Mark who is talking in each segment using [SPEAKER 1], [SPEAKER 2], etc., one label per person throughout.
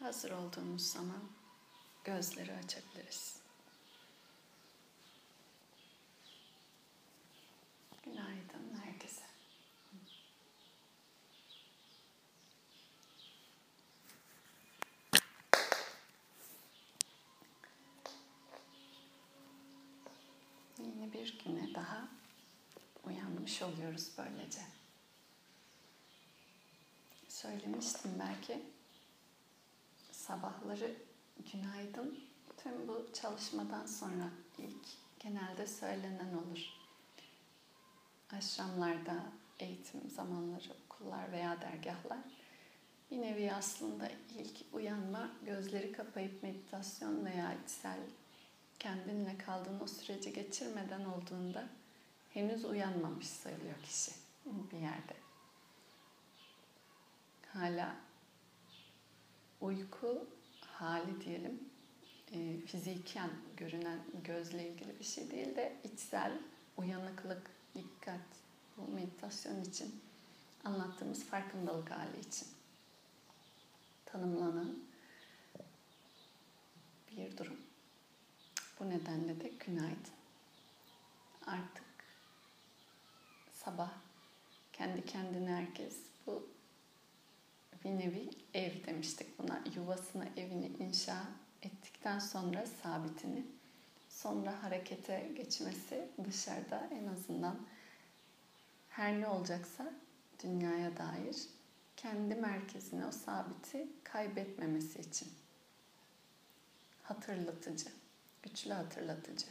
[SPEAKER 1] Hazır olduğumuz zaman gözleri açabiliriz. Günaydın herkese. Yeni bir güne daha uyanmış oluyoruz böylece. Söylemiştim belki, sabahları günaydın tüm bu çalışmadan sonra ilk genelde söylenen olur. Aşramlarda, eğitim zamanları, okullar veya dergahlar bir nevi aslında ilk uyanma, gözleri kapayıp meditasyon veya içsel kendinle kaldığın o süreci geçirmeden olduğunda henüz uyanmamış sayılıyor kişi bir yerde. Hala uyku hali diyelim, fiziken görünen gözle ilgili bir şey değil de içsel uyanıklık, dikkat, bu meditasyon için anlattığımız farkındalık hali için tanımlanan bir durum. Bu nedenle de günaydın. Artık sabah kendi kendine herkes bu bir nevi ev demiştik buna. Yuvasını, evini inşa ettikten sonra sabitini, sonra harekete geçmesi dışarıda en azından her ne olacaksa dünyaya dair kendi merkezine o sabiti kaybetmemesi için. Hatırlatıcı, güçlü hatırlatıcı.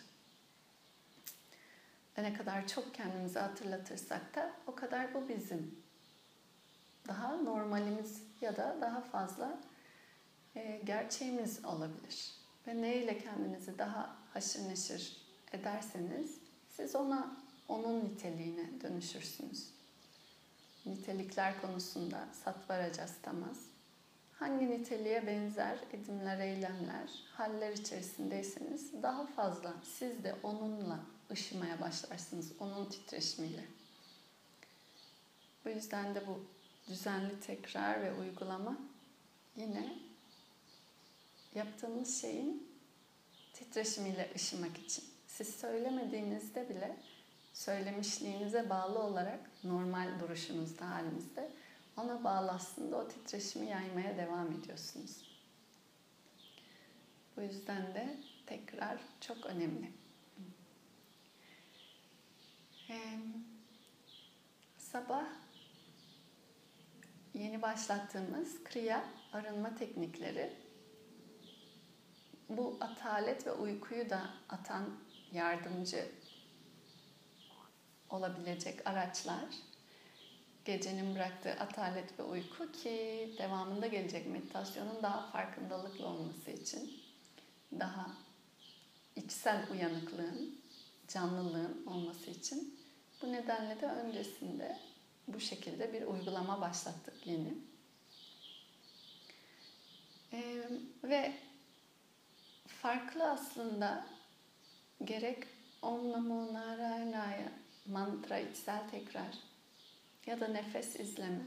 [SPEAKER 1] Ve ne kadar çok kendimizi hatırlatırsak da o kadar bu bizim daha normalimiz ya da daha fazla gerçeğimiz olabilir. Ve neyle kendinizi daha haşır neşir ederseniz siz onun niteliğine dönüşürsünüz. Nitelikler konusunda sattva rajas tamas. Hangi niteliğe benzer edimler, eylemler, haller içerisindeyseniz daha fazla siz de onunla ışımaya başlarsınız, onun titreşimiyle. Bu yüzden de bu düzenli tekrar ve uygulama yine yaptığımız şeyin titreşimiyle ışımak için. Siz söylemediğinizde bile söylemişliğinize bağlı olarak normal duruşunuzda, halinizde ona bağlı aslında o titreşimi yaymaya devam ediyorsunuz. Bu yüzden de tekrar çok önemli. Sabah yeni başlattığımız kriya arınma teknikleri bu atalet ve uykuyu da atan yardımcı olabilecek araçlar. Gecenin bıraktığı atalet ve uyku ki devamında gelecek meditasyonun daha farkındalıklı olması için, daha içsel uyanıklığın, canlılığın olması için bu nedenle de öncesinde bu şekilde bir uygulama başlattık yeni. Ve farklı aslında gerek Om Namo Narayana'ya mantra, içsel tekrar ya da nefes izleme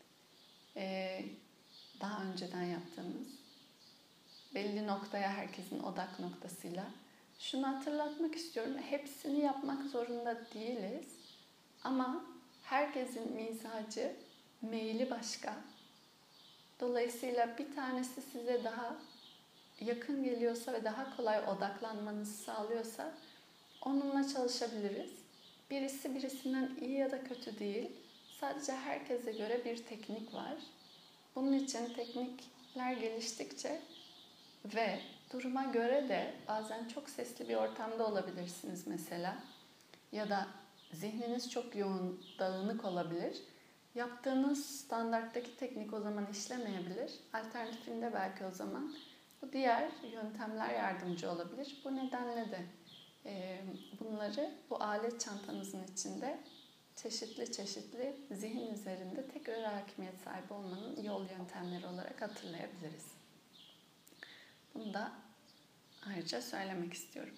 [SPEAKER 1] daha önceden yaptığımız belli noktaya herkesin odak noktasıyla şunu hatırlatmak istiyorum. Hepsini yapmak zorunda değiliz ama herkesin mizacı, meyli başka. Dolayısıyla bir tanesi size daha yakın geliyorsa ve daha kolay odaklanmanızı sağlıyorsa onunla çalışabiliriz. Birisi birisinden iyi ya da kötü değil. Sadece herkese göre bir teknik var. Bunun için teknikler geliştikçe ve duruma göre de bazen çok sesli bir ortamda olabilirsiniz mesela. Ya da zihniniz çok yoğun, dağınık olabilir. Yaptığınız standarttaki teknik o zaman işlemeyebilir. Alternatifinde belki o zaman bu diğer yöntemler yardımcı olabilir. Bu nedenle de bunları bu alet çantanızın içinde çeşitli zihin üzerinde tekrar hakimiyet sahibi olmanın yol yöntemleri olarak hatırlayabiliriz. Bunu da ayrıca söylemek istiyorum.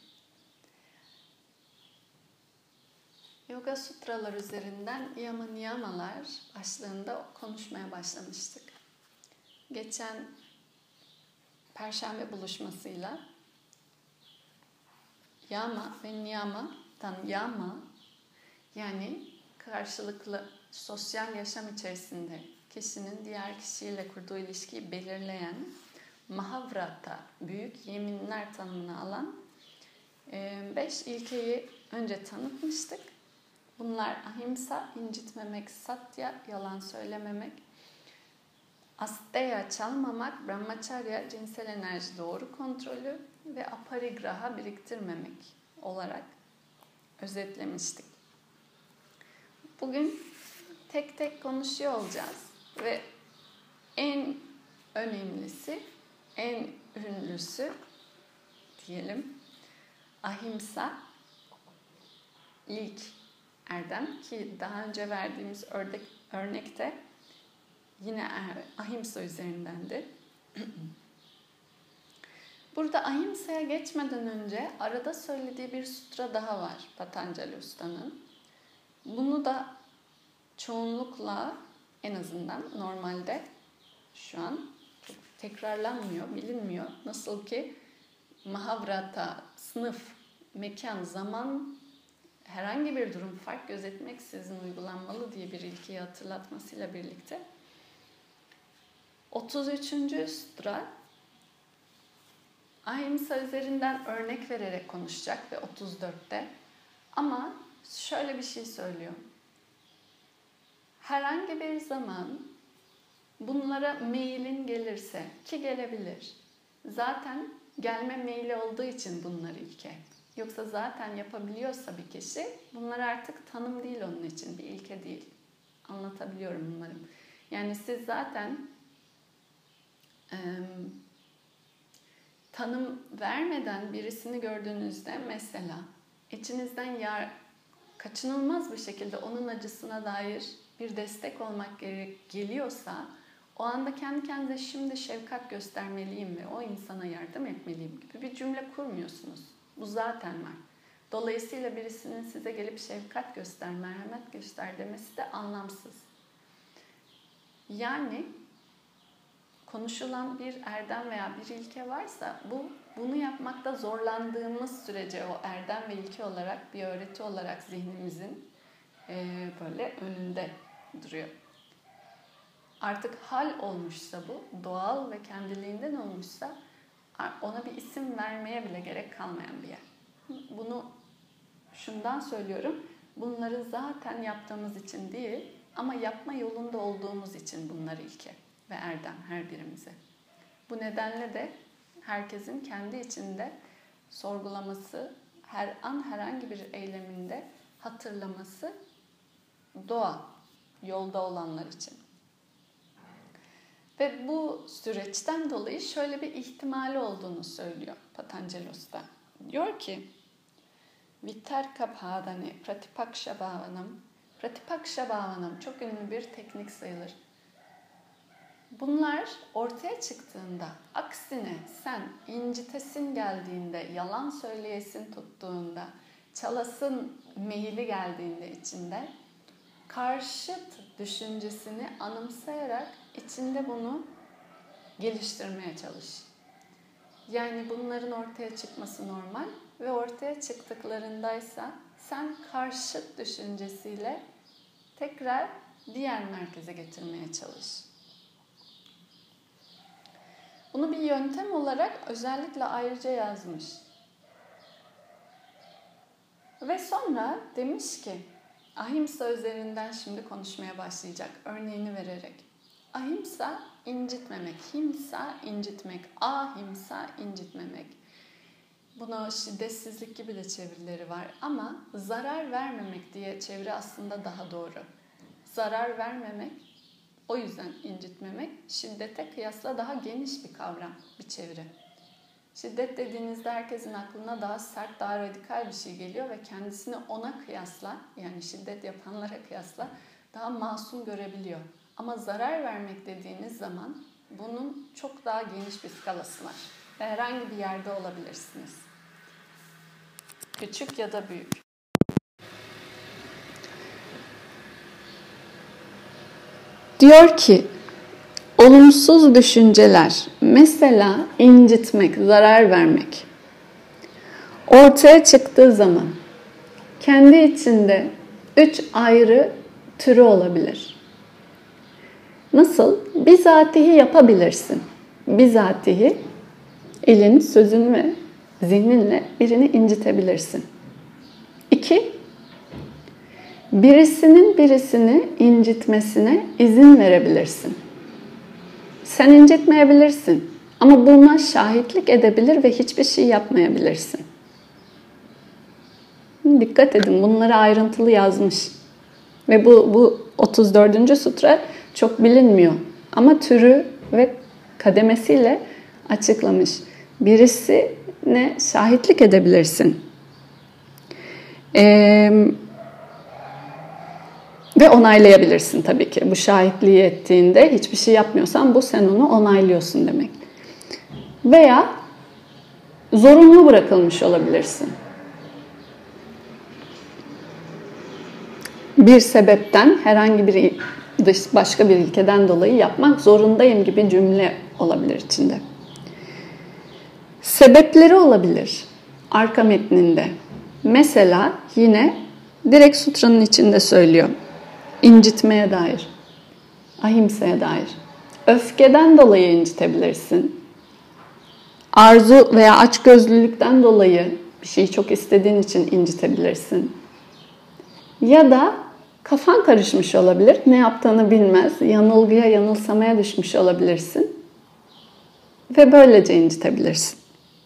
[SPEAKER 1] Yoga Sutralar üzerinden Yama Niyamalar başlığında konuşmaya başlamıştık. Geçen Perşembe buluşmasıyla yama ve niyama'dan yama, yani karşılıklı sosyal yaşam içerisinde kişinin diğer kişiyle kurduğu ilişkiyi belirleyen Mahavrata, büyük yeminler tanımını alan 5 ilkeyi önce tanıtmıştık. Bunlar ahimsa, incitmemek; satya, yalan söylememek; asteya, çalmamak; brahmacharya, cinsel enerji doğru kontrolü ve aparigraha, biriktirmemek olarak özetlemiştik. Bugün tek tek konuşuyor olacağız ve en önemlisi, en ünlüsü diyelim ahimsa, ilk erdem, ki daha önce verdiğimiz örnekte yine ahimsa üzerindendi. Burada ahimsa'ya geçmeden önce arada söylediği bir sutra daha var Patanjali Usta'nın. Bunu da çoğunlukla, en azından normalde şu an çok tekrarlanmıyor, bilinmiyor. Nasıl ki Mahavrata, sınıf, mekan, zaman, herhangi bir durum fark gözetmeksizin uygulanmalı diye bir ilkeyi hatırlatmasıyla birlikte 33. sutra ahimsa üzerinden örnek vererek konuşacak ve 34'te, ama şöyle bir şey söylüyor. Herhangi bir zaman bunlara meylin gelirse, ki gelebilir, zaten gelme meyli olduğu için bunlar ilke. Yoksa zaten yapabiliyorsa bir kişi, bunlar artık tanım değil onun için, bir ilke değil. Anlatabiliyorum umarım. Yani siz zaten tanım vermeden birisini gördüğünüzde, mesela içinizden kaçınılmaz bir şekilde onun acısına dair bir destek olmak geliyorsa, o anda kendi kendine şimdi şefkat göstermeliyim ve o insana yardım etmeliyim gibi bir cümle kurmuyorsunuz. Bu zaten var. Dolayısıyla birisinin size gelip şefkat göster, merhamet göster demesi de anlamsız. Yani konuşulan bir erdem veya bir ilke varsa, bunu yapmakta zorlandığımız sürece o erdem ve ilke olarak, bir öğreti olarak zihnimizin böyle önünde duruyor. Artık hal olmuşsa bu, doğal ve kendiliğinden olmuşsa, ona bir isim vermeye bile gerek kalmayan bir yer. Bunu şundan söylüyorum, bunları zaten yaptığımız için değil, ama yapma yolunda olduğumuz için bunlar ilke ve erdem her birimize. Bu nedenle de herkesin kendi içinde sorgulaması, her an herhangi bir eyleminde hatırlaması doğal, yolda olanlar için. Ve bu süreçten dolayı şöyle bir ihtimali olduğunu söylüyor Patanjali Usta. Diyor ki, Vitarka bhadane pratipaksha bhavanam. Pratipaksha bhavanam çok ünlü bir teknik sayılır. Bunlar ortaya çıktığında, aksine sen incitesin geldiğinde, yalan söyleyesin tuttuğunda, çalasın meyili geldiğinde içinde, karşıt düşüncesini anımsayarak içinde bunu geliştirmeye çalış. Yani bunların ortaya çıkması normal ve ortaya çıktıklarındaysa sen karşıt düşüncesiyle tekrar diğer merkeze getirmeye çalış. Bunu bir yöntem olarak özellikle ayrıca yazmış. Ve sonra demiş ki, ahimsa üzerinden şimdi konuşmaya başlayacak, örneğini vererek. Ahimsa incitmemek, himsa incitmek, ahimsa incitmemek. Buna şiddetsizlik gibi de çevirileri var ama zarar vermemek diye çeviri aslında daha doğru. Zarar vermemek, o yüzden incitmemek, şiddete kıyasla daha geniş bir kavram, bir çeviri. Şiddet dediğinizde herkesin aklına daha sert, daha radikal bir şey geliyor ve kendisini ona kıyasla, yani şiddet yapanlara kıyasla daha masum görebiliyor. Ama zarar vermek dediğiniz zaman bunun çok daha geniş bir skalası var. Ve herhangi bir yerde olabilirsiniz. Küçük ya da büyük. Diyor ki, olumsuz düşünceler, mesela incitmek, zarar vermek ortaya çıktığı zaman kendi içinde 3 ayrı türü olabilir. Nasıl? Bizatihi yapabilirsin. Bizatihi elin, sözün ve zihninle birini incitebilirsin. 2. Birisinin birisini incitmesine izin verebilirsin. Sen incitmeyebilirsin ama buna şahitlik edebilir ve hiçbir şey yapmayabilirsin. Dikkat edin, bunları ayrıntılı yazmış. Ve bu 34. sutra çok bilinmiyor. Ama türü ve kademesiyle açıklamış. Birisine şahitlik edebilirsin. Ve onaylayabilirsin tabii ki. Bu şahitliği ettiğinde hiçbir şey yapmıyorsan bu sen onu onaylıyorsun demek. Veya zorunlu bırakılmış olabilirsin. Bir sebepten, herhangi bir başka bir ilkeden dolayı yapmak zorundayım gibi cümle olabilir içinde. Sebepleri olabilir arka metninde. Mesela yine direkt sutranın içinde söylüyor. İncitmeye dair, ahimsa'ya dair. Öfkeden dolayı incitebilirsin. Arzu veya açgözlülükten dolayı bir şeyi çok istediğin için incitebilirsin. Ya da kafan karışmış olabilir, ne yaptığını bilmez, yanılgıya, yanılsamaya düşmüş olabilirsin ve böylece incitebilirsin.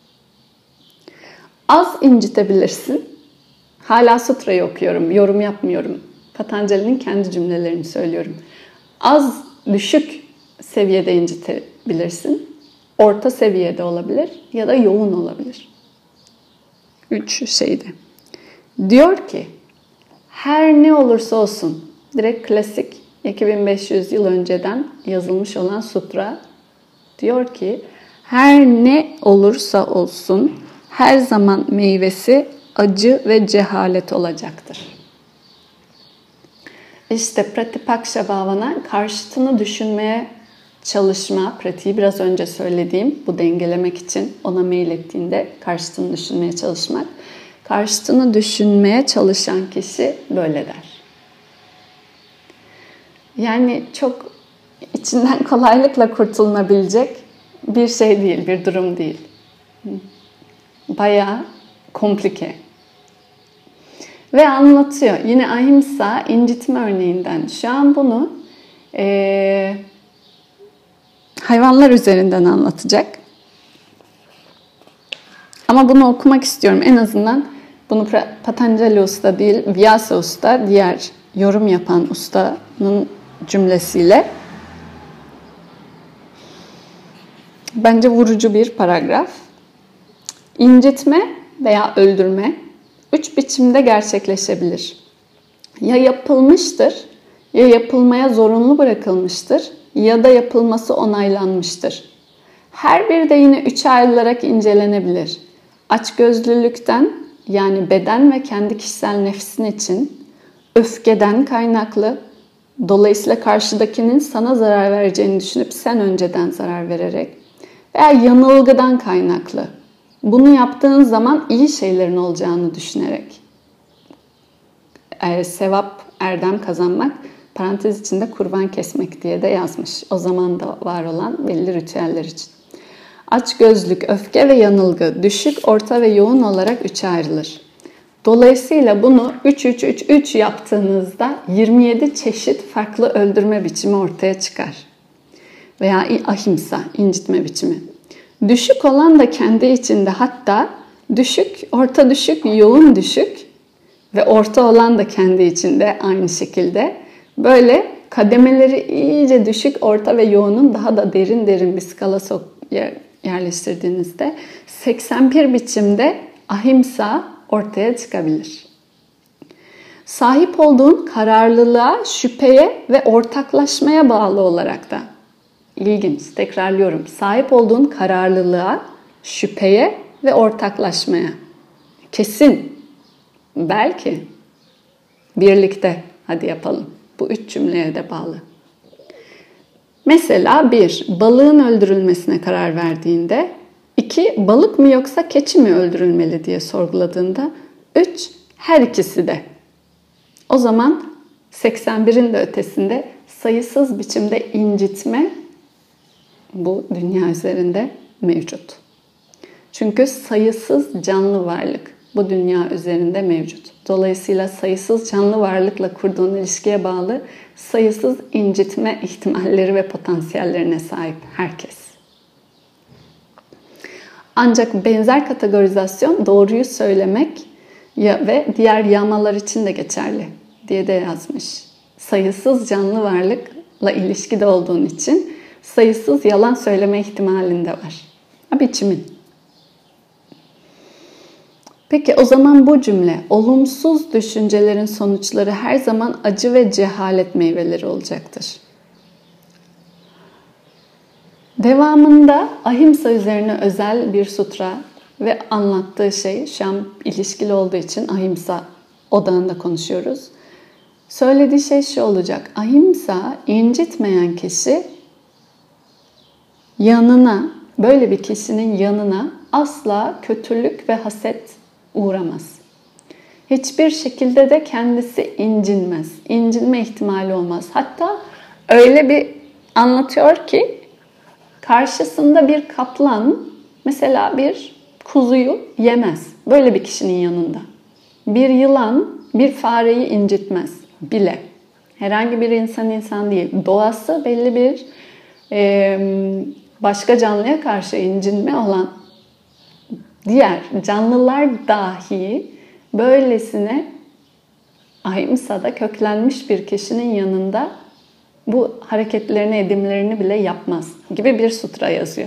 [SPEAKER 1] Az incitebilirsin. Hala sutrayı okuyorum, yorum yapmıyorum. Patanjali'nin kendi cümlelerini söylüyorum. Az, düşük seviyede incitebilirsin. Orta seviyede olabilir ya da yoğun olabilir. 3 şeyde. Diyor ki, her ne olursa olsun, direkt klasik 2500 yıl önceden yazılmış olan sutra diyor ki, her ne olursa olsun her zaman meyvesi acı ve cehalet olacaktır. İşte Pratipakşa-bhavana, karşıtını düşünmeye çalışma, pratiği biraz önce söylediğim, bu dengelemek için ona meylettiğinde karşıtını düşünmeye çalışmak. Karşıtını düşünmeye çalışan kişi böyle der. Yani çok içinden kolaylıkla kurtulunabilecek bir şey değil, bir durum değil. Bayağı komplike. Ve anlatıyor. Yine ahimsa, incitme örneğinden. Şu an bunu hayvanlar üzerinden anlatacak. Ama bunu okumak istiyorum. En azından bunu Patanjali Usta değil, Vyasa Usta, diğer yorum yapan ustanın cümlesiyle. Bence vurucu bir paragraf. İncitme veya öldürme 3 biçimde gerçekleşebilir. Ya yapılmıştır, ya yapılmaya zorunlu bırakılmıştır, ya da yapılması onaylanmıştır. Her biri de yine 3'e ayrılarak incelenebilir. Açgözlülükten, yani beden ve kendi kişisel nefsin için, öfkeden kaynaklı, dolayısıyla karşıdakinin sana zarar vereceğini düşünüp sen önceden zarar vererek, veya yanılgıdan kaynaklı, bunu yaptığın zaman iyi şeylerin olacağını düşünerek, sevap, erdem kazanmak, parantez içinde kurban kesmek diye de yazmış. O zaman da var olan belli ritüeller için. Açgözlük, öfke ve yanılgı düşük, orta ve yoğun olarak 3'e ayrılır. Dolayısıyla bunu 3-3-3-3 yaptığınızda 27 çeşit farklı öldürme biçimi ortaya çıkar. Veya ahimsa, incitme biçimi. Düşük olan da kendi içinde, hatta düşük, orta düşük, yoğun düşük ve orta olan da kendi içinde aynı şekilde. Böyle kademeleri iyice düşük, orta ve yoğunun daha da derin bir skala yerleştirdiğinizde 81 biçimde ahimsa ortaya çıkabilir. Sahip olduğun kararlılığa, şüpheye ve ortaklaşmaya bağlı olarak da ilginç, tekrarlıyorum. Sahip olduğun kararlılığa, şüpheye ve ortaklaşmaya. Kesin, belki, birlikte hadi yapalım. Bu 3 cümleye de bağlı. Mesela 1. Balığın öldürülmesine karar verdiğinde, 2. Balık mı yoksa keçi mi öldürülmeli diye sorguladığında, 3. Her ikisi de. O zaman 81'in de ötesinde sayısız biçimde incitme bu dünya üzerinde mevcut. Çünkü sayısız canlı varlık bu dünya üzerinde mevcut. Dolayısıyla sayısız canlı varlıkla kurduğun ilişkiye bağlı sayısız incitme ihtimalleri ve potansiyellerine sahip herkes. Ancak benzer kategorizasyon doğruyu söylemek ve diğer yağmalar için de geçerli diye de yazmış. Sayısız canlı varlıkla ilişkide olduğun için sayısız yalan söyleme ihtimalin de var. Biçimin. Peki o zaman bu cümle, olumsuz düşüncelerin sonuçları her zaman acı ve cehalet meyveleri olacaktır. Devamında Ahimsa üzerine özel bir sutra ve anlattığı şey, şu an ilişkili olduğu için Ahimsa odağında konuşuyoruz. Söylediği şey şu olacak: Ahimsa, incitmeyen kişi yanına, böyle bir kişinin yanına asla kötülük ve haset uğramaz. Hiçbir şekilde de kendisi incinmez. İncinme ihtimali olmaz. Hatta öyle bir anlatıyor ki karşısında bir kaplan mesela bir kuzuyu yemez. Böyle bir kişinin yanında. Bir yılan bir fareyi incitmez bile. Herhangi bir insan değil. Doğası belli bir başka canlıya karşı incinme olan diğer canlılar dahi böylesine ahimsada köklenmiş bir kişinin yanında bu hareketlerini, edimlerini bile yapmaz gibi bir sutra yazıyor.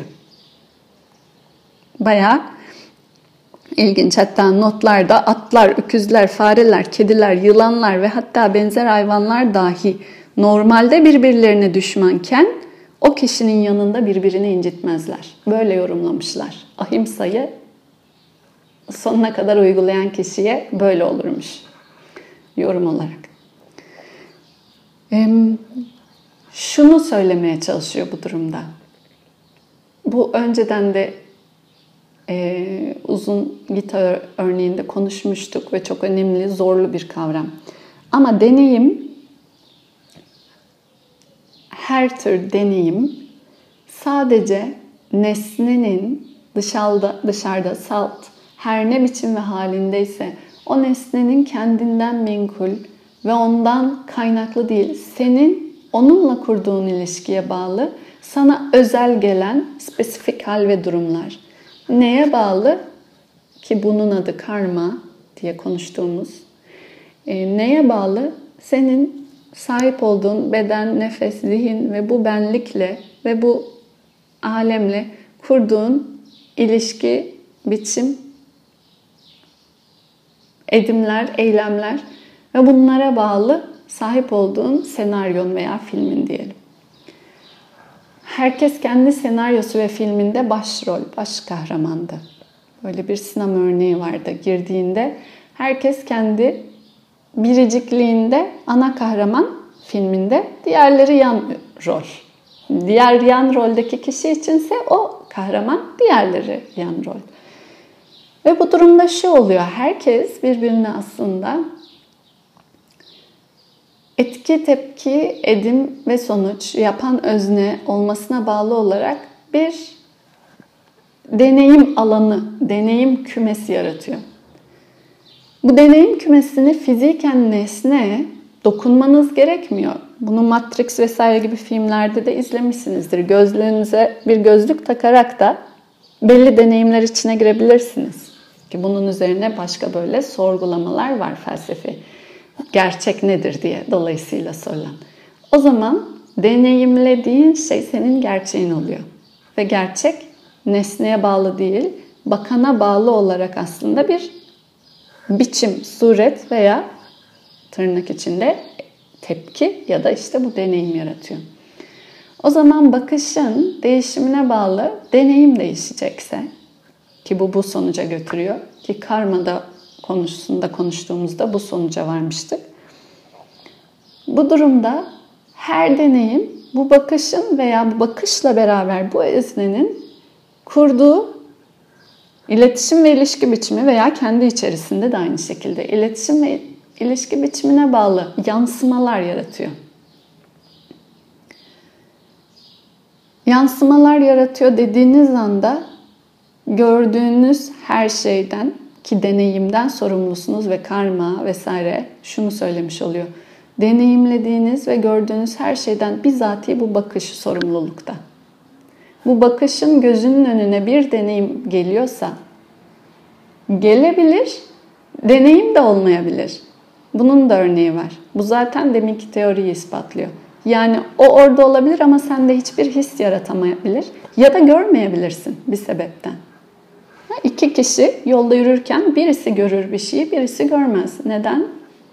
[SPEAKER 1] Bayağı ilginç. Hatta notlarda atlar, öküzler, fareler, kediler, yılanlar ve hatta benzer hayvanlar dahi normalde birbirlerine düşmanken o kişinin yanında birbirini incitmezler. Böyle yorumlamışlar. Ahimsayı sonuna kadar uygulayan kişiye böyle olurmuş yorum olarak. Şunu söylemeye çalışıyor bu durumda. Bu önceden de uzun Gita örneğinde konuşmuştuk ve çok önemli, zorlu bir kavram. Ama deneyim, her tür deneyim sadece nesnenin dışarıda salt, her ne biçim ve halindeyse o nesnenin kendinden menkul ve ondan kaynaklı değil, senin onunla kurduğun ilişkiye bağlı, sana özel gelen spesifik hal ve durumlar. Neye bağlı? Ki bunun adı karma diye konuştuğumuz. Neye bağlı? Senin sahip olduğun beden, nefes, zihin ve bu benlikle ve bu alemle kurduğun ilişki, biçim, edimler, eylemler ve bunlara bağlı sahip olduğun senaryon veya filmin diyelim. Herkes kendi senaryosu ve filminde başrol, baş kahramandı. Böyle bir sinema örneği vardı. Girdiğinde herkes kendi biricikliğinde ana kahraman filminde, diğerleri yan rol. Diğer yan roldeki kişi içinse o kahraman, diğerleri yan rol. Ve bu durumda şu oluyor. Herkes birbirine aslında etki, tepki, edim ve sonuç yapan özne olmasına bağlı olarak bir deneyim alanı, deneyim kümesi yaratıyor. Bu deneyim kümesini fiziken nesneye dokunmanız gerekmiyor. Bunu Matrix vesaire gibi filmlerde de izlemişsinizdir. Gözlüğünüze bir gözlük takarak da belli deneyimler içine girebilirsiniz. Ki bunun üzerine başka böyle sorgulamalar var felsefi. Gerçek nedir diye dolayısıyla sorulan. O zaman deneyimlediğin şey senin gerçeğin oluyor. Ve gerçek nesneye bağlı değil, bakana bağlı olarak aslında bir biçim, suret veya tırnak içinde tepki ya da işte bu deneyim yaratıyor. O zaman bakışın değişimine bağlı deneyim değişecekse, ki bu sonuca götürüyor, ki karmada konusunda konuştuğumuzda bu sonuca varmıştık. Bu durumda her deneyim bu bakışın veya bu bakışla beraber bu öznenin kurduğu iletişim ve ilişki biçimi veya kendi içerisinde de aynı şekilde iletişim ve ilişki biçimine bağlı yansımalar yaratıyor. Yansımalar yaratıyor dediğiniz anda gördüğünüz her şeyden ki deneyimden sorumlusunuz ve karma vesaire şunu söylemiş oluyor. Deneyimlediğiniz ve gördüğünüz her şeyden bizatihi bu bakış sorumlulukta. Bu bakışın gözünün önüne bir deneyim geliyorsa gelebilir, deneyim de olmayabilir. Bunun da örneği var. Bu zaten deminki teoriyi ispatlıyor. Yani o orada olabilir ama sende hiçbir his yaratamayabilir ya da görmeyebilirsin bir sebepten. İki kişi yolda yürürken birisi görür bir şeyi, birisi görmez. Neden?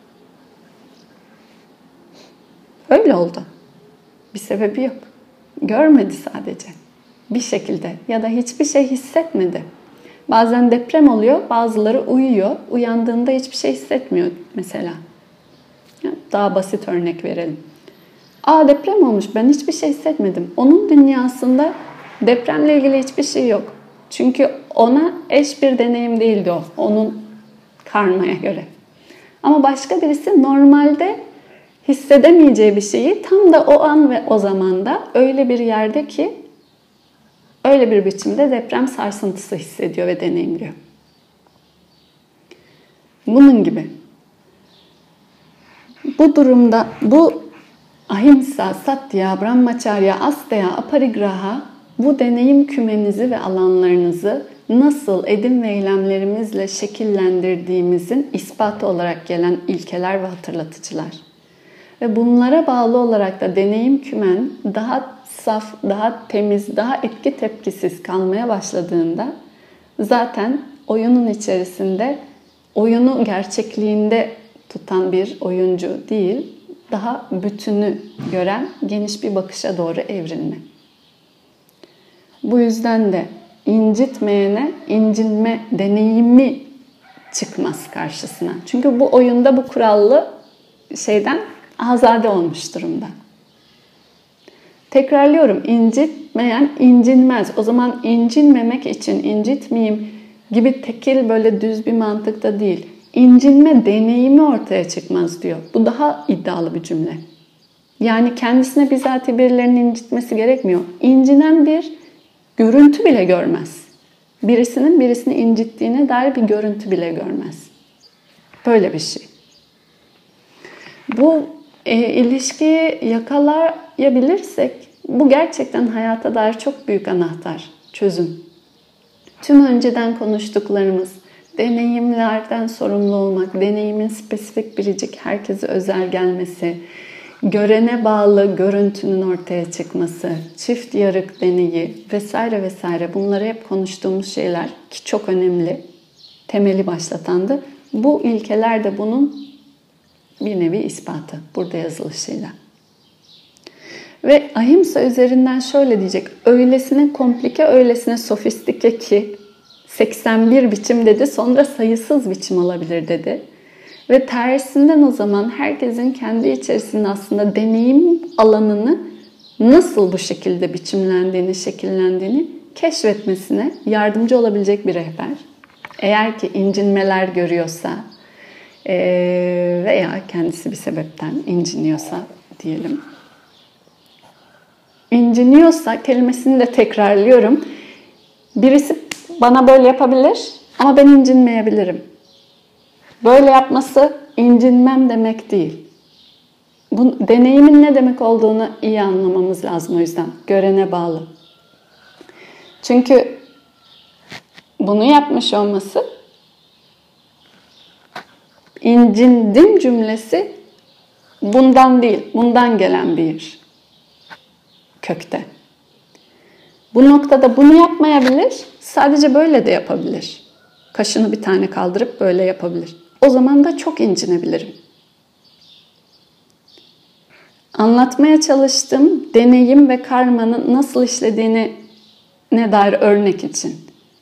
[SPEAKER 1] Öyle oldu. Bir sebebi yok. Görmedi sadece. Bir şekilde ya da hiçbir şey hissetmedi. Bazen deprem oluyor, bazıları uyuyor. Uyandığında hiçbir şey hissetmiyor mesela. Daha basit örnek verelim. Deprem olmuş, ben hiçbir şey hissetmedim. Onun dünyasında depremle ilgili hiçbir şey yok. Çünkü ona eş bir deneyim değildi o. Onun karmaya göre. Ama başka birisi normalde hissedemeyeceği bir şeyi tam da o an ve o zamanda öyle bir yerde ki öyle bir biçimde deprem sarsıntısı hissediyor ve deneyimliyor. Bunun gibi. Bu durumda bu ahimsa, satya, brahmacharya, asteya, aparigraha bu deneyim kümenizi ve alanlarınızı nasıl edim ve eylemlerimizle şekillendirdiğimizin ispatı olarak gelen ilkeler ve hatırlatıcılar. Ve bunlara bağlı olarak da deneyim kümen daha saf, daha temiz, daha etki tepkisiz kalmaya başladığında zaten oyunun içerisinde oyunu gerçekliğinde tutan bir oyuncu değil, daha bütünü gören geniş bir bakışa doğru evrilme. Bu yüzden de incitmeyene incinme deneyimi çıkmaz karşısına. Çünkü bu oyunda bu kurallı şeyden azade olmuş durumda. Tekrarlıyorum, incitmeyen incinmez. O zaman incinmemek için incitmeyeyim gibi tekil böyle düz bir mantıkta değil. İncinme deneyimi ortaya çıkmaz diyor. Bu daha iddialı bir cümle. Yani kendisine bizatihi birilerinin incitmesi gerekmiyor. İncinen bir görüntü bile görmez. Birisinin birisini incittiğine dair bir görüntü bile görmez. Böyle bir şey. Bu ilişkiyi yakalayabilirsek bu gerçekten hayata dair çok büyük anahtar, çözüm. Tüm önceden konuştuklarımız, deneyimlerden sorumlu olmak, deneyimin spesifik biricik, herkese özel gelmesi, görene bağlı görüntünün ortaya çıkması, çift yarık deneyi vesaire vesaire bunları hep konuştuğumuz şeyler ki çok önemli, temeli başlatandı. Bu ilkeler de bunun bir nevi ispatı burada yazılışıyla. Ve ahimsa üzerinden şöyle diyecek, öylesine komplike, öylesine sofistike ki 81 biçim dedi, sonra sayısız biçim olabilir dedi. Ve tersinden o zaman herkesin kendi içerisinde aslında deneyim alanını nasıl bu şekilde biçimlendiğini, şekillendiğini keşfetmesine yardımcı olabilecek bir rehber. Eğer ki incinmeler görüyorsa veya kendisi bir sebepten inciniyorsa diyelim. İnciniyorsa kelimesini de tekrarlıyorum. Birisi bana böyle yapabilir ama ben incinmeyebilirim. Böyle yapması incinmem demek değil. Bu deneyimin ne demek olduğunu iyi anlamamız lazım o yüzden. Görene bağlı. Çünkü bunu yapmış olması incindim cümlesi bundan değil, bundan gelen bir kökte. Bu noktada bunu yapmayabilir, sadece böyle de yapabilir. Kaşını bir tane kaldırıp böyle yapabilir. O zaman da çok incinebilirim. Anlatmaya çalıştığım deneyim ve karmanın nasıl işlediğine dair örnek için.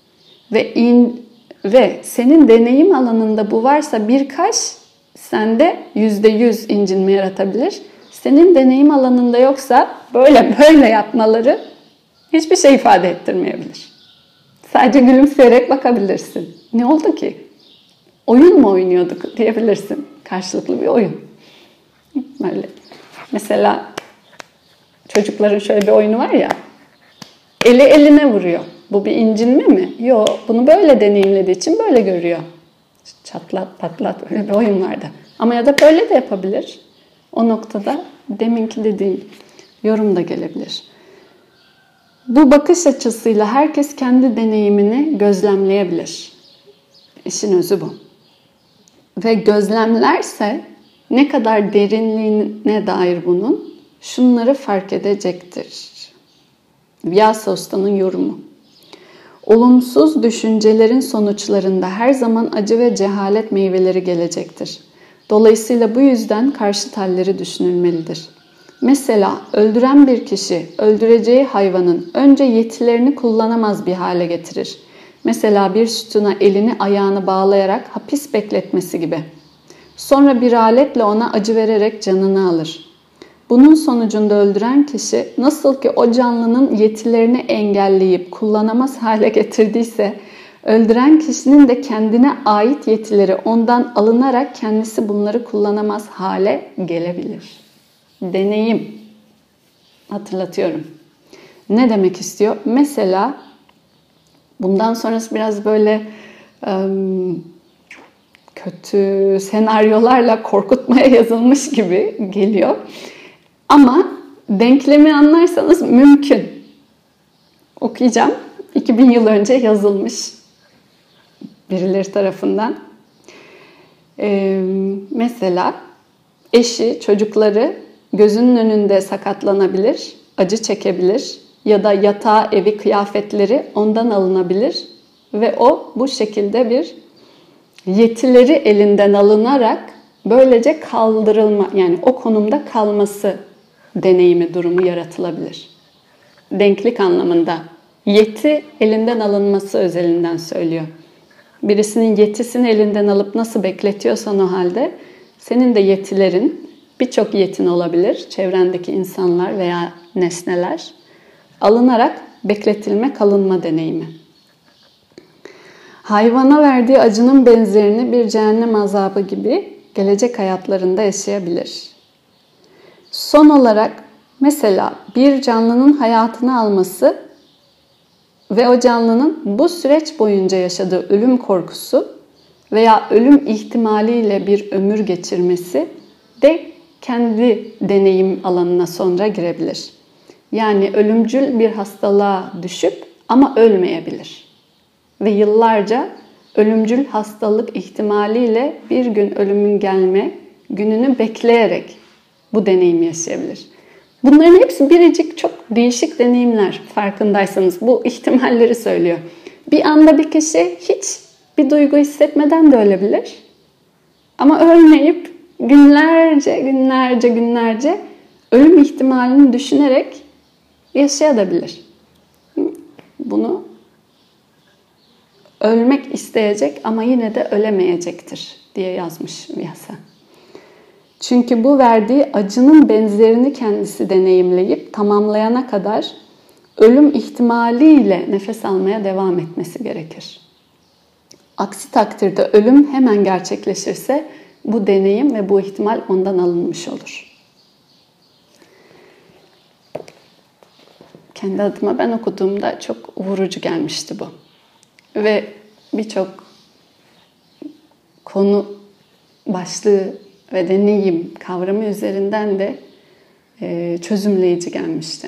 [SPEAKER 1] Ve senin deneyim alanında bu varsa bir kaş sende %100 incinme yaratabilir. Senin deneyim alanında yoksa böyle yapmaları hiçbir şey ifade ettirmeyebilir. Sadece gülümseyerek bakabilirsin. Ne oldu ki? Oyun mu oynuyorduk diyebilirsin. Karşılıklı bir oyun. Böyle. Mesela çocukların şöyle bir oyunu var ya. Eli eline vuruyor. Bu bir incinme mi? Yok. Bunu böyle deneyimlediği için böyle görüyor. Çatlat patlat böyle bir oyun vardı. Ama ya da böyle de yapabilir. O noktada deminki dediğim yorum da gelebilir. Bu bakış açısıyla herkes kendi deneyimini gözlemleyebilir. İşin özü bu. Ve gözlemlerse ne kadar derinliğine dair bunun şunları fark edecektir. Vyasa Usta'nın yorumu. Olumsuz düşüncelerin sonuçlarında her zaman acı ve cehalet meyveleri gelecektir. Dolayısıyla bu yüzden karşıt halleri düşünülmelidir. Mesela öldüren bir kişi öldüreceği hayvanın önce yetilerini kullanamaz bir hale getirir. Mesela bir sütuna elini ayağını bağlayarak hapis bekletmesi gibi. Sonra bir aletle ona acı vererek canını alır. Bunun sonucunda öldüren kişi nasıl ki o canlının yetilerini engelleyip kullanamaz hale getirdiyse, öldüren kişinin de kendine ait yetileri ondan alınarak kendisi bunları kullanamaz hale gelebilir. Deneyim. Hatırlatıyorum. Ne demek istiyor? Mesela bundan sonrası biraz böyle kötü senaryolarla korkutmaya yazılmış gibi geliyor. Ama denklemi anlarsanız mümkün. Okuyacağım. 2000 yıl önce yazılmış birileri tarafından. Mesela eşi, çocukları gözünün önünde sakatlanabilir, acı çekebilir ya da yatağı, evi, kıyafetleri ondan alınabilir ve o bu şekilde bir yetileri elinden alınarak böylece kaldırılma, yani o konumda kalması deneyimi durumu yaratılabilir. Denklik anlamında yeti elinden alınması özelinden söylüyor. Birisinin yetisini elinden alıp nasıl bekletiyorsan o halde senin de yetilerin, birçok yetin olabilir, çevrendeki insanlar veya nesneler alınarak bekletilme, kalınma deneyimi. Hayvana verdiği acının benzerini bir cehennem azabı gibi gelecek hayatlarında yaşayabilir. Son olarak mesela bir canlının hayatını alması ve o canlının bu süreç boyunca yaşadığı ölüm korkusu veya ölüm ihtimaliyle bir ömür geçirmesi de kendi deneyim alanına sonra girebilir. Yani ölümcül bir hastalığa düşüp ama ölmeyebilir. Ve yıllarca ölümcül hastalık ihtimaliyle bir gün ölümün gelme gününü bekleyerek bu deneyimi yaşayabilir. Bunların hepsi biricik çok değişik deneyimler farkındaysanız. Bu ihtimalleri söylüyor. Bir anda bir kişi hiç bir duygu hissetmeden de ölebilir. Ama ölmeyip günlerce ölüm ihtimalini düşünerek yaşayabilir. Bunu ölmek isteyecek ama yine de ölemeyecektir diye yazmış Vyasa. Çünkü bu verdiği acının benzerini kendisi deneyimleyip tamamlayana kadar ölüm ihtimaliyle nefes almaya devam etmesi gerekir. Aksi takdirde ölüm hemen gerçekleşirse bu deneyim ve bu ihtimal ondan alınmış olur. Kendi adıma ben okuduğumda çok vurucu gelmişti bu. Ve birçok konu başlığı ve deneyim kavramı üzerinden de çözümleyici gelmişti.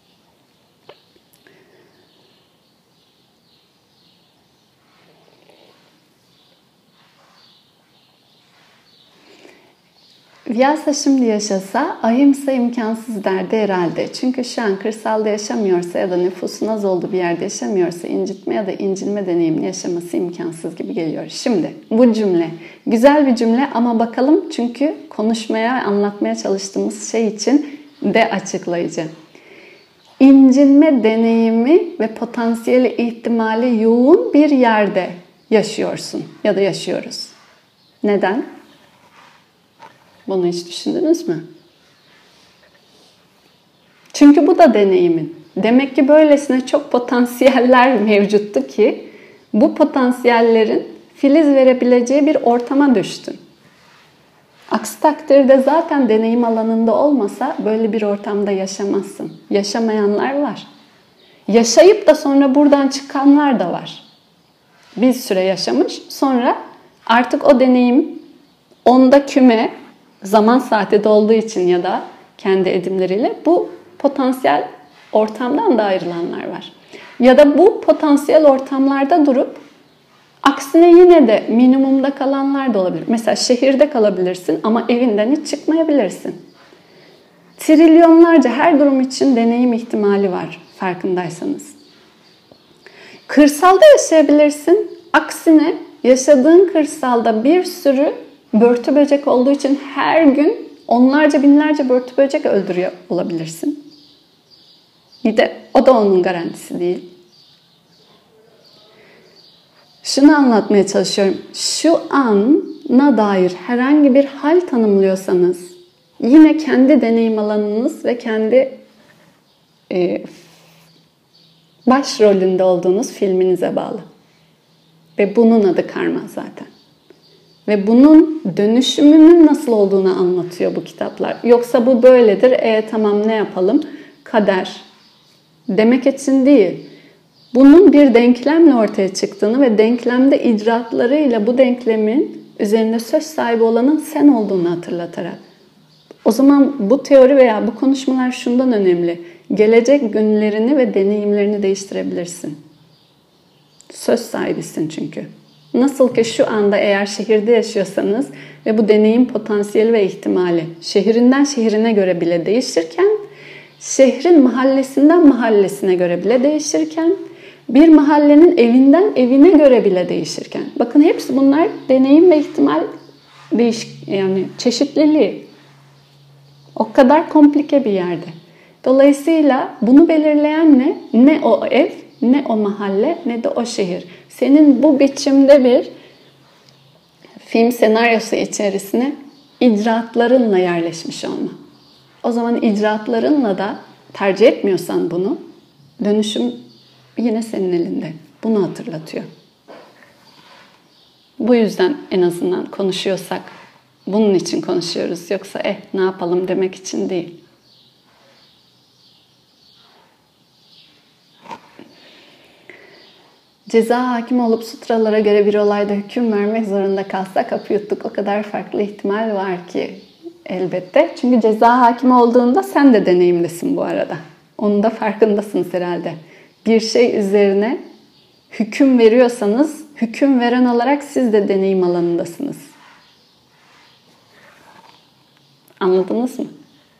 [SPEAKER 1] Vyasa şimdi yaşasa ahimsa imkansız derdi herhalde. Çünkü şu an kırsalda yaşamıyorsa ya da nüfusun az olduğu bir yerde yaşamıyorsa incitme ya da incinme deneyimini yaşaması imkansız gibi geliyor. Şimdi bu cümle güzel bir cümle ama bakalım çünkü konuşmaya ve anlatmaya çalıştığımız şey için de açıklayıcı. İncinme deneyimi ve potansiyeli ihtimali yoğun bir yerde yaşıyorsun ya da yaşıyoruz. Neden? Bunu hiç düşündünüz mü? Çünkü bu da deneyimin. Demek ki böylesine çok potansiyeller mevcuttu ki bu potansiyellerin filiz verebileceği bir ortama düştün. Aksi takdirde zaten deneyim alanında olmasa böyle bir ortamda yaşamazsın. Yaşamayanlar var. Yaşayıp da sonra buradan çıkanlar da var. Bir süre yaşamış, sonra artık o deneyim onda küme, zaman saati dolduğu için ya da kendi edimleriyle bu potansiyel ortamdan da ayrılanlar var. Ya da bu potansiyel ortamlarda durup aksine yine de minimumda kalanlar da olabilir. Mesela şehirde kalabilirsin ama evinden hiç çıkmayabilirsin. Trilyonlarca her durum için deneyim ihtimali var farkındaysanız. Kırsalda yaşayabilirsin. Aksine yaşadığın kırsalda bir sürü börtü böcek olduğu için her gün onlarca binlerce börtü böcek öldürüyor olabilirsin. Bir de o da onun garantisi değil. Şunu anlatmaya çalışıyorum. Şu ana dair herhangi bir hal tanımlıyorsanız yine kendi deneyim alanınız ve kendi başrolünde olduğunuz filminize bağlı. Ve bunun adı karma zaten. Ve bunun dönüşümünün nasıl olduğunu anlatıyor bu kitaplar. Yoksa bu böyledir, tamam ne yapalım? Kader. Demek için değil. Bunun bir denklemle ortaya çıktığını ve denklemde icraatlarıyla bu denklemin üzerinde söz sahibi olanın sen olduğunu hatırlatarak. O zaman bu teori veya bu konuşmalar şundan önemli. Gelecek günlerini ve deneyimlerini değiştirebilirsin. Söz sahibisin çünkü. Nasıl ki şu anda eğer şehirde yaşıyorsanız ve bu deneyim potansiyeli ve ihtimali şehrinden şehrine göre bile değişirken, şehrin mahallesinden mahallesine göre bile değişirken, bir mahallenin evinden evine göre bile değişirken. Bakın hepsi bunlar deneyim ve ihtimal yani çeşitliliği. O kadar komplike bir yerde. Dolayısıyla bunu belirleyen ne? Ne o ev, ne o mahalle, ne de o şehir. Senin bu biçimde bir film senaryosu içerisine icraatlarınla yerleşmiş olma. O zaman icraatlarınla da tercih etmiyorsan bunu, dönüşüm yine senin elinde. Bunu hatırlatıyor. Bu yüzden en azından konuşuyorsak bunun için konuşuyoruz. Yoksa ne yapalım demek için değil. Ceza hakimi olup sutralara göre bir olayda hüküm vermek zorunda kalsa kapı yuttuk. O kadar farklı ihtimal var ki elbette. Çünkü ceza hakimi olduğunda sen de deneyimlisin bu arada. Onun da farkındasınız herhalde. Bir şey üzerine hüküm veriyorsanız hüküm veren olarak siz de deneyim alanındasınız. Anladınız mı?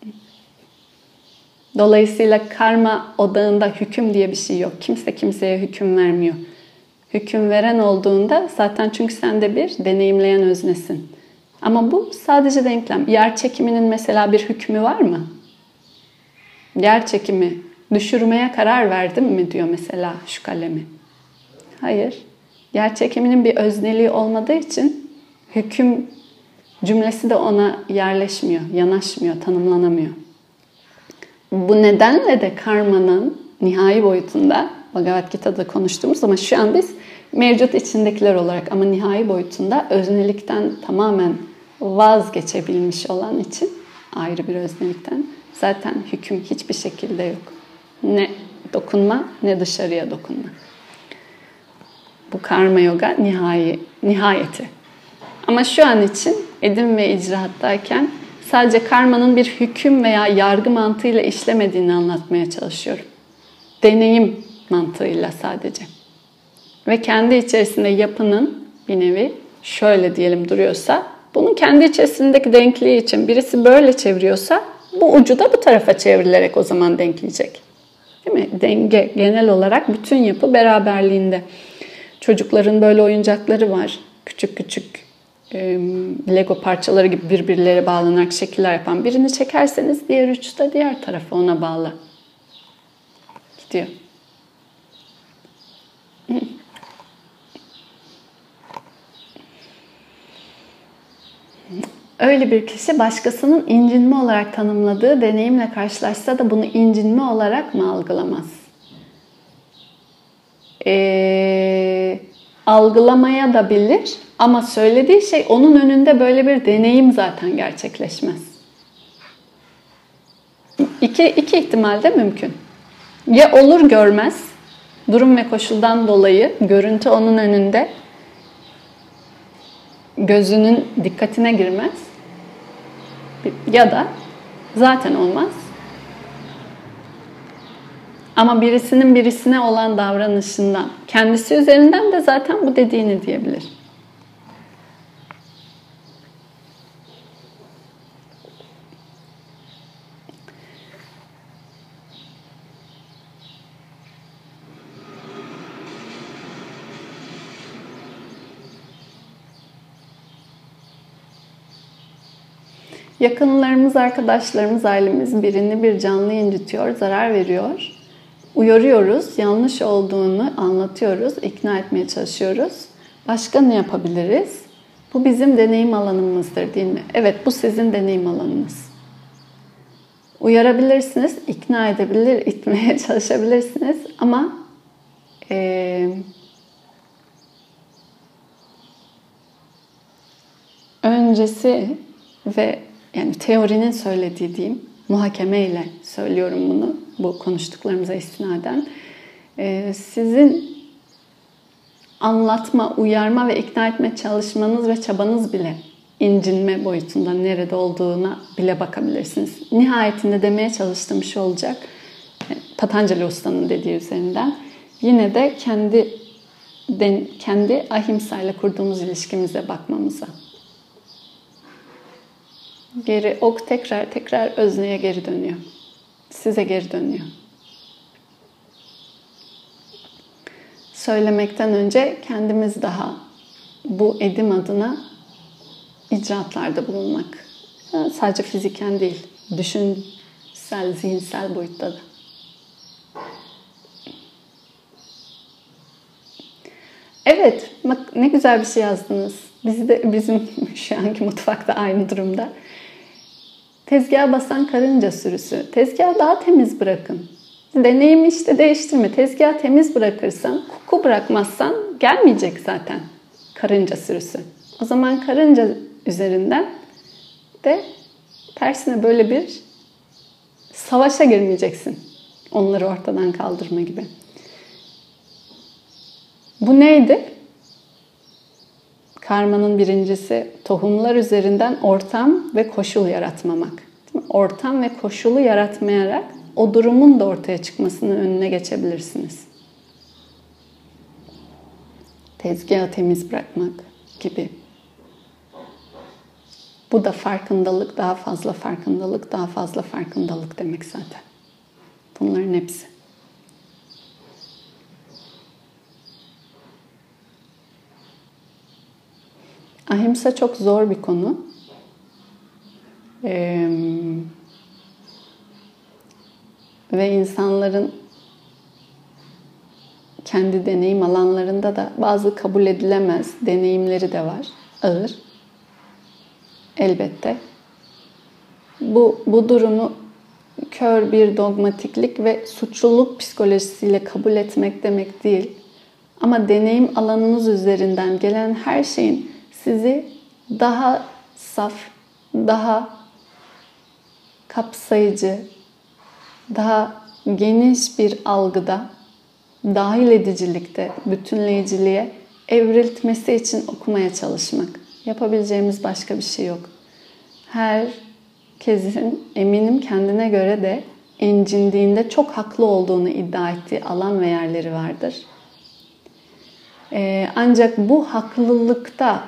[SPEAKER 1] Dolayısıyla karma odağında hüküm diye bir şey yok. Kimse kimseye hüküm vermiyor. Hüküm veren olduğunda zaten çünkü sen de bir deneyimleyen öznesin. Ama bu sadece denklem. Yer çekiminin mesela bir hükmü var mı? Yer çekimi düşürmeye karar verdim mi diyor mesela şu kalemi. Hayır. Yer çekiminin bir özneliği olmadığı için hüküm cümlesi de ona yerleşmiyor, yanaşmıyor, tanımlanamıyor. Bu nedenle de karmanın nihai boyutunda, Bhagavad Gita'da konuştuğumuz ama şu an biz mevcut içindekiler olarak ama nihai boyutunda öznelikten tamamen vazgeçebilmiş olan için ayrı bir öznelikten zaten hüküm hiçbir şekilde yok. Ne dokunma ne dışarıya dokunma. Bu karma yoga nihayeti. Ama şu an için edim ve icraattayken sadece karmanın bir hüküm veya yargı mantığıyla işlemediğini anlatmaya çalışıyorum. Deneyim mantığıyla sadece. Ve kendi içerisinde yapının bir nevi şöyle diyelim duruyorsa, bunun kendi içerisindeki denkliği için birisi böyle çeviriyorsa bu ucu da bu tarafa çevrilerek o zaman denkleyecek. Değil mi? Denge genel olarak bütün yapı beraberliğinde. Çocukların böyle oyuncakları var. Küçük küçük Lego parçaları gibi birbirlere bağlanarak şekiller yapan. Birini çekerseniz diğer ucu da diğer tarafa ona bağlı. Gidiyor. Öyle bir kişi başkasının incinme olarak tanımladığı deneyimle karşılaşsa da bunu incinme olarak mı algılamaz? Algılamaya da bilir ama söylediği şey onun önünde böyle bir deneyim zaten gerçekleşmez. İki ihtimal de mümkün. Ya olur görmez, durum ve koşuldan dolayı görüntü onun önünde, gözünün dikkatine girmez. Ya da zaten olmaz. Ama birisinin birisine olan davranışından, kendisi üzerinden de zaten bu dediğini diyebilir. Yakınlarımız, arkadaşlarımız, ailemiz birini bir canlı incitiyor, zarar veriyor. Uyarıyoruz, yanlış olduğunu anlatıyoruz, ikna etmeye çalışıyoruz. Başka ne yapabiliriz? Bu bizim deneyim alanımızdır değil mi? Evet, bu sizin deneyim alanınız. Uyarabilirsiniz, ikna edebilir, itmeye çalışabilirsiniz ama öncesi ve yani teorinin söylediği diyeyim, muhakemeyle söylüyorum bunu, bu konuştuklarımıza istinaden. Sizin anlatma, uyarma ve ikna etme çalışmanız ve çabanız bile incinme boyutunda nerede olduğuna bile bakabilirsiniz. Nihayetinde demeye çalıştığım şey olacak. Patanjali Usta'nın dediği üzerinden. Yine de kendi ahimsa ile kurduğumuz ilişkimize bakmamıza. Ok tekrar özneye geri dönüyor. Size geri dönüyor. Söylemekten önce kendimiz daha bu edim adına icraatlarda bulunmak. Sadece fiziken değil, düşünsel, zihinsel boyutta da. Evet, bak ne güzel bir şey yazdınız. Bizim şu anki mutfakta aynı durumda. Tezgaha basan karınca sürüsü. Tezgahı daha temiz bırakın. Deneyimi işte değiştirme. Tezgahı temiz bırakırsan, koku bırakmazsan gelmeyecek zaten karınca sürüsü. O zaman karınca üzerinden de tersine böyle bir savaşa girmeyeceksin. Onları ortadan kaldırma gibi. Bu neydi? Karmanın birincisi tohumlar üzerinden ortam ve koşul yaratmamak. Değil mi? Ortam ve koşulu yaratmayarak o durumun da ortaya çıkmasının önüne geçebilirsiniz. Tezgahı temiz bırakmak gibi. Bu da farkındalık, daha fazla farkındalık, daha fazla farkındalık demek zaten. Bunların hepsi. Ahimsa çok zor bir konu. Ve insanların kendi deneyim alanlarında da bazı kabul edilemez deneyimleri de var. Ağır. Elbette. Bu durumu kör bir dogmatiklik ve suçluluk psikolojisiyle kabul etmek demek değil. Ama deneyim alanınız üzerinden gelen her şeyin sizi daha saf, daha kapsayıcı, daha geniş bir algıda, dahil edicilikte, bütünleyiciliğe evriltmesi için okumaya çalışmak. Yapabileceğimiz başka bir şey yok. Herkesin eminim kendine göre de incindiğinde çok haklı olduğunu iddia ettiği alan ve yerleri vardır. Ancak bu haklılıkta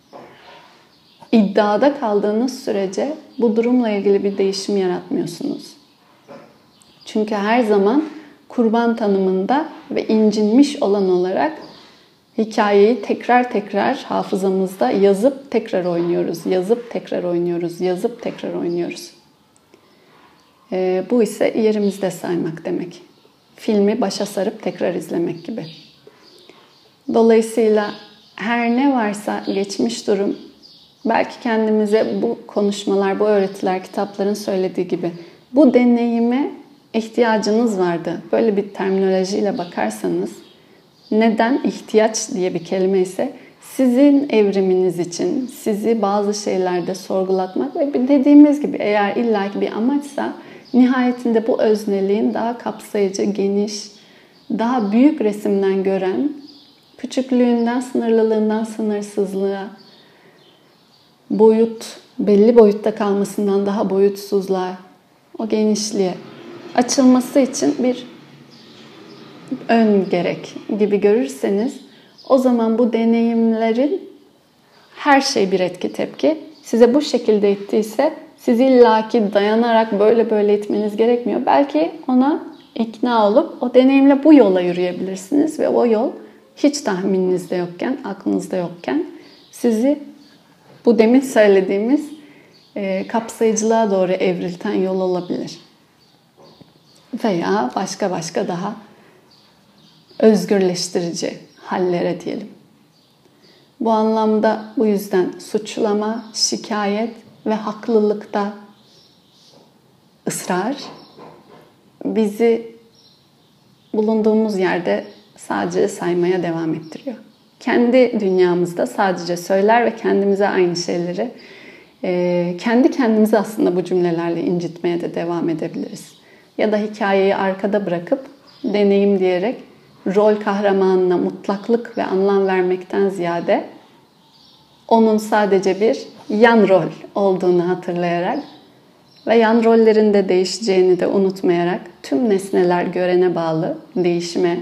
[SPEAKER 1] iddiada kaldığınız sürece bu durumla ilgili bir değişim yaratmıyorsunuz. Çünkü her zaman kurban tanımında ve incinmiş olan olarak hikayeyi tekrar hafızamızda yazıp tekrar oynuyoruz. Yazıp tekrar oynuyoruz. Yazıp tekrar oynuyoruz. Bu ise yerimizde saymak demek. Filmi başa sarıp tekrar izlemek gibi. Dolayısıyla her ne varsa geçmiş durum Belki kendimize bu konuşmalar, bu öğretiler, kitapların söylediği gibi bu deneyime ihtiyacınız vardı. Böyle bir terminolojiyle bakarsanız neden ihtiyaç diye bir kelime ise sizin evriminiz için sizi bazı şeylerde sorgulatmak ve dediğimiz gibi eğer illaki bir amaçsa nihayetinde bu özneliğin daha kapsayıcı, geniş, daha büyük resimden gören, küçüklüğünden, sınırlılığından sınırsızlığa, belli boyutta kalmasından daha boyutsuzluğa, o genişliğe açılması için bir ön gerek gibi görürseniz o zaman bu deneyimlerin her şey bir etki tepki. Size bu şekilde ittiyse siz illaki dayanarak böyle itmeniz gerekmiyor. Belki ona ikna olup o deneyimle bu yola yürüyebilirsiniz ve o yol hiç tahmininizde yokken, aklınızda yokken sizi bu demin söylediğimiz kapsayıcılığa doğru evrilten yol olabilir. Veya başka daha özgürleştirici hallere diyelim. Bu anlamda bu yüzden suçlama, şikayet ve haklılıkta ısrar bizi bulunduğumuz yerde sadece saymaya devam ettiriyor. Kendi dünyamızda sadece söyler ve kendimize aynı şeyleri kendi kendimizi aslında bu cümlelerle incitmeye de devam edebiliriz. Ya da hikayeyi arkada bırakıp deneyim diyerek rol kahramanına mutlaklık ve anlam vermekten ziyade onun sadece bir yan rol olduğunu hatırlayarak ve yan rollerin de değişeceğini de unutmayarak tüm nesneler görene bağlı, değişime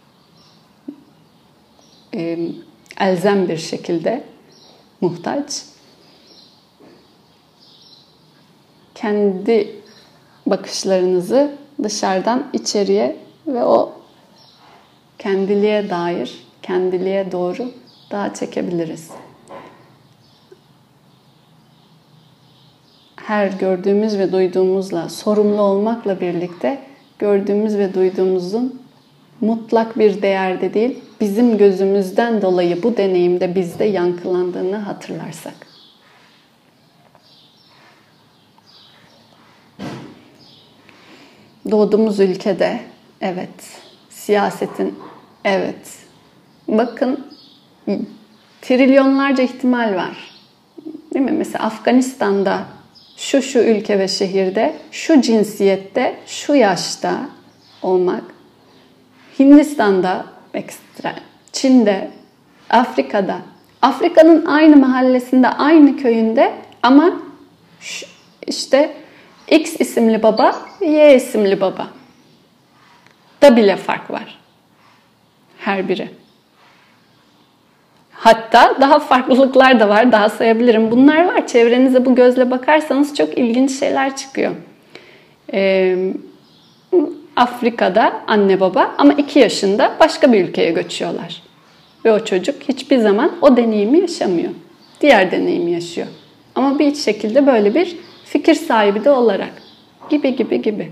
[SPEAKER 1] elzem bir şekilde muhtaç. Kendi bakışlarınızı dışarıdan içeriye ve o kendiliğe dair, kendiliğe doğru daha çekebiliriz. Her gördüğümüz ve duyduğumuzla, sorumlu olmakla birlikte gördüğümüz ve duyduğumuzun mutlak bir değerde değil, bizim gözümüzden dolayı bu deneyimde bizde yankılandığını hatırlarsak. Doğduğumuz ülkede, evet. Siyasetin, evet. Bakın, trilyonlarca ihtimal var. Değil mi? Mesela Afganistan'da şu ülke ve şehirde, şu cinsiyette, şu yaşta olmak. Hindistan'da ekstra, Çin'de, Afrika'da. Afrika'nın aynı mahallesinde, aynı köyünde ama işte X isimli baba, Y isimli baba da bile fark var. Her biri. Hatta daha farklılıklar da var. Daha sayabilirim. Bunlar var. Çevrenize bu gözle bakarsanız çok ilginç şeyler çıkıyor. Afrika'da anne baba ama 2 yaşında başka bir ülkeye göçüyorlar. Ve o çocuk hiçbir zaman o deneyimi yaşamıyor. Diğer deneyimi yaşıyor. Ama bir şekilde böyle bir fikir sahibi de olarak. Gibi.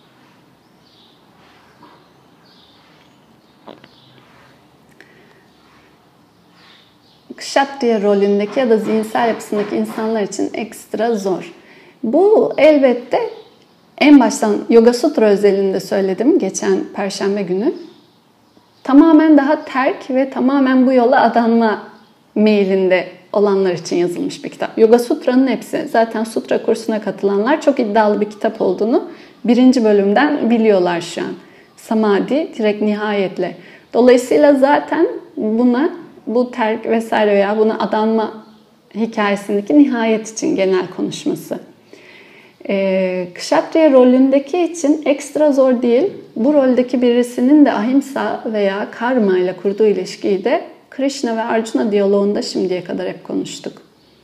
[SPEAKER 1] Kshatriya rolündeki ya da zihinsel yapısındaki insanlar için ekstra zor. Bu elbette en baştan Yoga Sutra özelinde söyledim geçen Perşembe günü. Tamamen daha terk ve tamamen bu yola adanma meylinde olanlar için yazılmış bir kitap. Yoga Sutra'nın hepsi. Zaten Sutra kursuna katılanlar çok iddialı bir kitap olduğunu 1. bölümden biliyorlar şu an. Samadhi direkt nihayetle. Dolayısıyla zaten bu terk vesaire veya buna adanma hikayesindeki nihayet için genel konuşması. Kshatriya rolündeki için ekstra zor değil. Bu roldeki birisinin de ahimsa veya karma ile kurduğu ilişkiyi de Krishna ve Arjuna diyaloğunda şimdiye kadar hep konuştuk.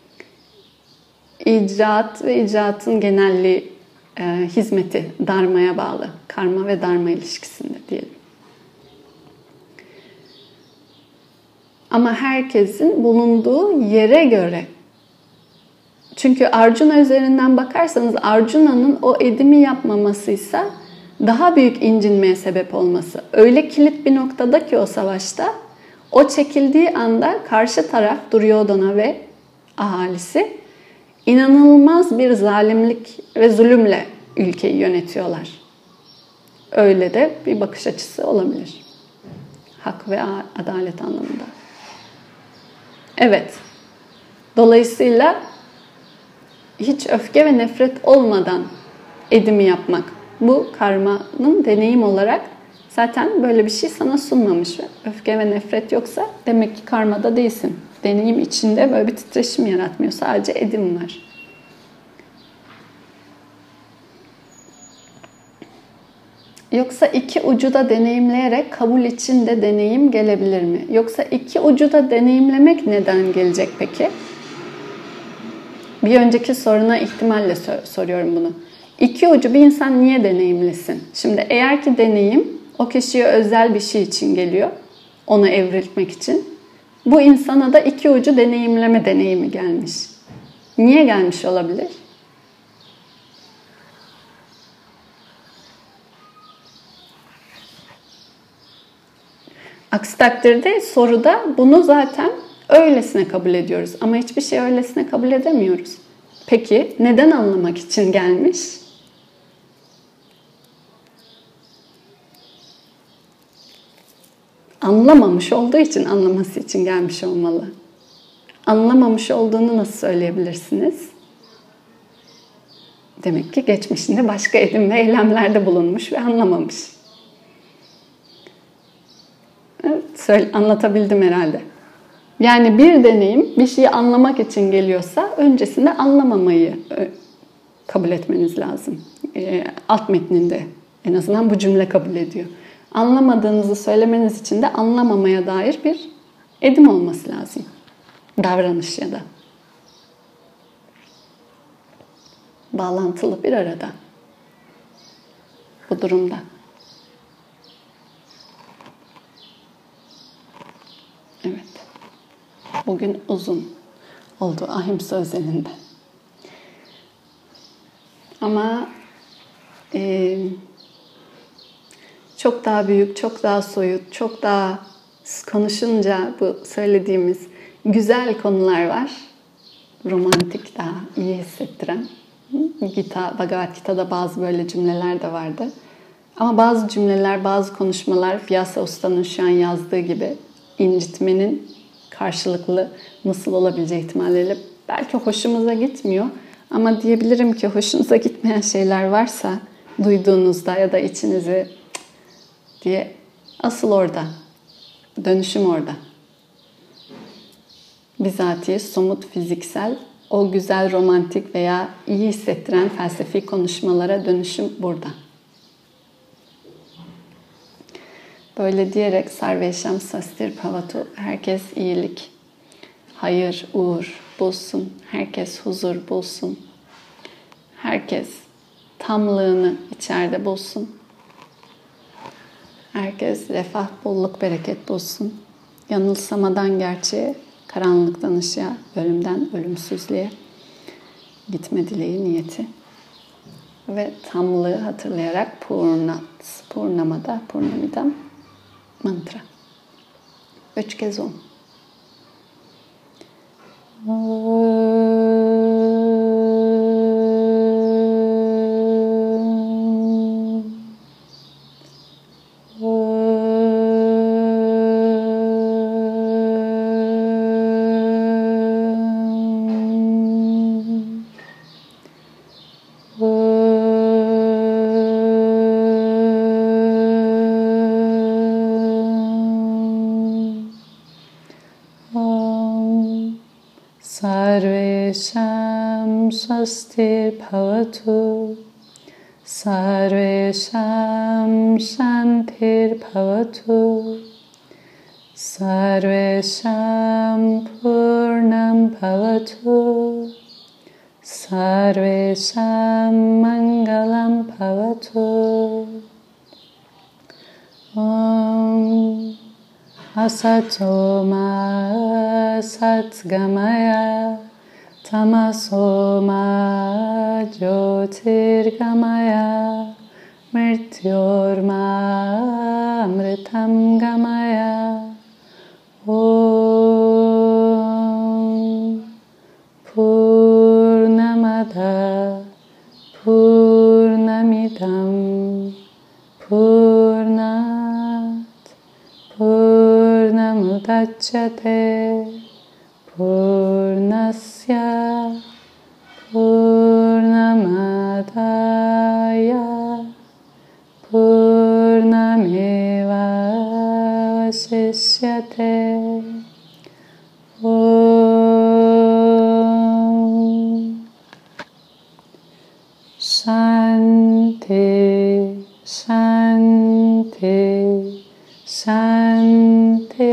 [SPEAKER 1] İcraat ve icraatın genelliği hizmeti, dharmaya bağlı. Karma ve dharma ilişkisinde diyelim. Ama herkesin bulunduğu yere göre. Çünkü Arjuna üzerinden bakarsanız Arjuna'nın o edimi yapmamasıysa daha büyük incinmeye sebep olması. Öyle kilit bir noktada ki o savaşta o çekildiği anda karşı taraf Duryodhana ve ahalisi inanılmaz bir zalimlik ve zulümle ülkeyi yönetiyorlar. Öyle de bir bakış açısı olabilir. Hak ve adalet anlamında. Evet. Dolayısıyla hiç öfke ve nefret olmadan edimi yapmak. Bu karmanın deneyim olarak zaten böyle bir şey sana sunmamış. Öfke ve nefret yoksa demek ki karmada değilsin. Deneyim içinde böyle bir titreşim yaratmıyor. Sadece edim var. Yoksa iki ucu da deneyimleyerek kabul için de deneyim gelebilir mi? Yoksa iki ucu da deneyimlemek neden gelecek peki? Bir önceki soruna ihtimalle soruyorum bunu. İki ucu bir insan niye deneyimlesin? Şimdi eğer ki deneyim o kişiye özel bir şey için geliyor, onu evrilmek için. Bu insana da iki ucu deneyimleme deneyimi gelmiş. Niye gelmiş olabilir? Aksi takdirde soruda bunu zaten öylesine kabul ediyoruz. Ama hiçbir şey öylesine kabul edemiyoruz. Peki neden anlamak için gelmiş? Anlamamış olduğu için anlaması için gelmiş olmalı. Anlamamış olduğunu nasıl söyleyebilirsiniz? Demek ki geçmişinde başka edim ve eylemlerde bulunmuş ve anlamamış. Evet, anlatabildim herhalde. Yani bir deneyim bir şeyi anlamak için geliyorsa öncesinde anlamamayı kabul etmeniz lazım. Alt metninde en azından bu cümle kabul ediyor. Anlamadığınızı söylemeniz için de anlamamaya dair bir edim olması lazım. Davranış ya da. Bağlantılı bir arada. Bu durumda. Evet. Bugün uzun oldu Ahimsa özelinde. Ama çok daha büyük, çok daha soyut, çok daha konuşunca bu söylediğimiz güzel konular var. Romantik, daha iyi hissettiren. Bhagavad Gita'da bazı böyle cümleler de vardı. Ama bazı cümleler, bazı konuşmalar Vyasa Usta'nın şu an yazdığı gibi incitmenin karşılıklı nasıl olabileceği ihtimalleriyle belki hoşumuza gitmiyor. Ama diyebilirim ki hoşunuza gitmeyen şeyler varsa duyduğunuzda ya da içinizi diye asıl orada. Dönüşüm orada. Bizatihi somut, fiziksel, o güzel, romantik veya iyi hissettiren felsefi konuşmalara dönüşüm burada. Böyle diyerek Sarveşam Sastir Bhavatu, herkes iyilik, hayır, uğur bulsun, herkes huzur bulsun, herkes tamlığını içeride bulsun, herkes refah, bolluk, bereket bulsun, yanılsamadan gerçeğe, karanlıktan ışığa, ölümden ölümsüzlüğe gitme dileği, niyeti ve tamlığı hatırlayarak Purnamada, Purnamidam mantra. 3 kez 10. Sarvesham Swastir Bhavatu Sarvesham Shantir Bhavatu Sarvesham Purnam Bhavatu Sarvesham Mangalam Bhavatu Om Asato Ma Satgamaya Tamaso Ma Jyotirgamaya Mrityorma Amritam Gamaya Om
[SPEAKER 2] mudachyate purnasya purnamadaya purnamevasishyate. Shanti, Shanti, Shanti.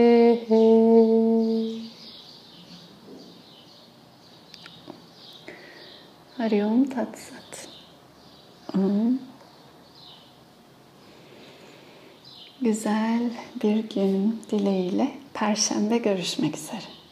[SPEAKER 1] Hari Om Tat Sat. Güzel bir gün dileğiyle Perşembe görüşmek üzere.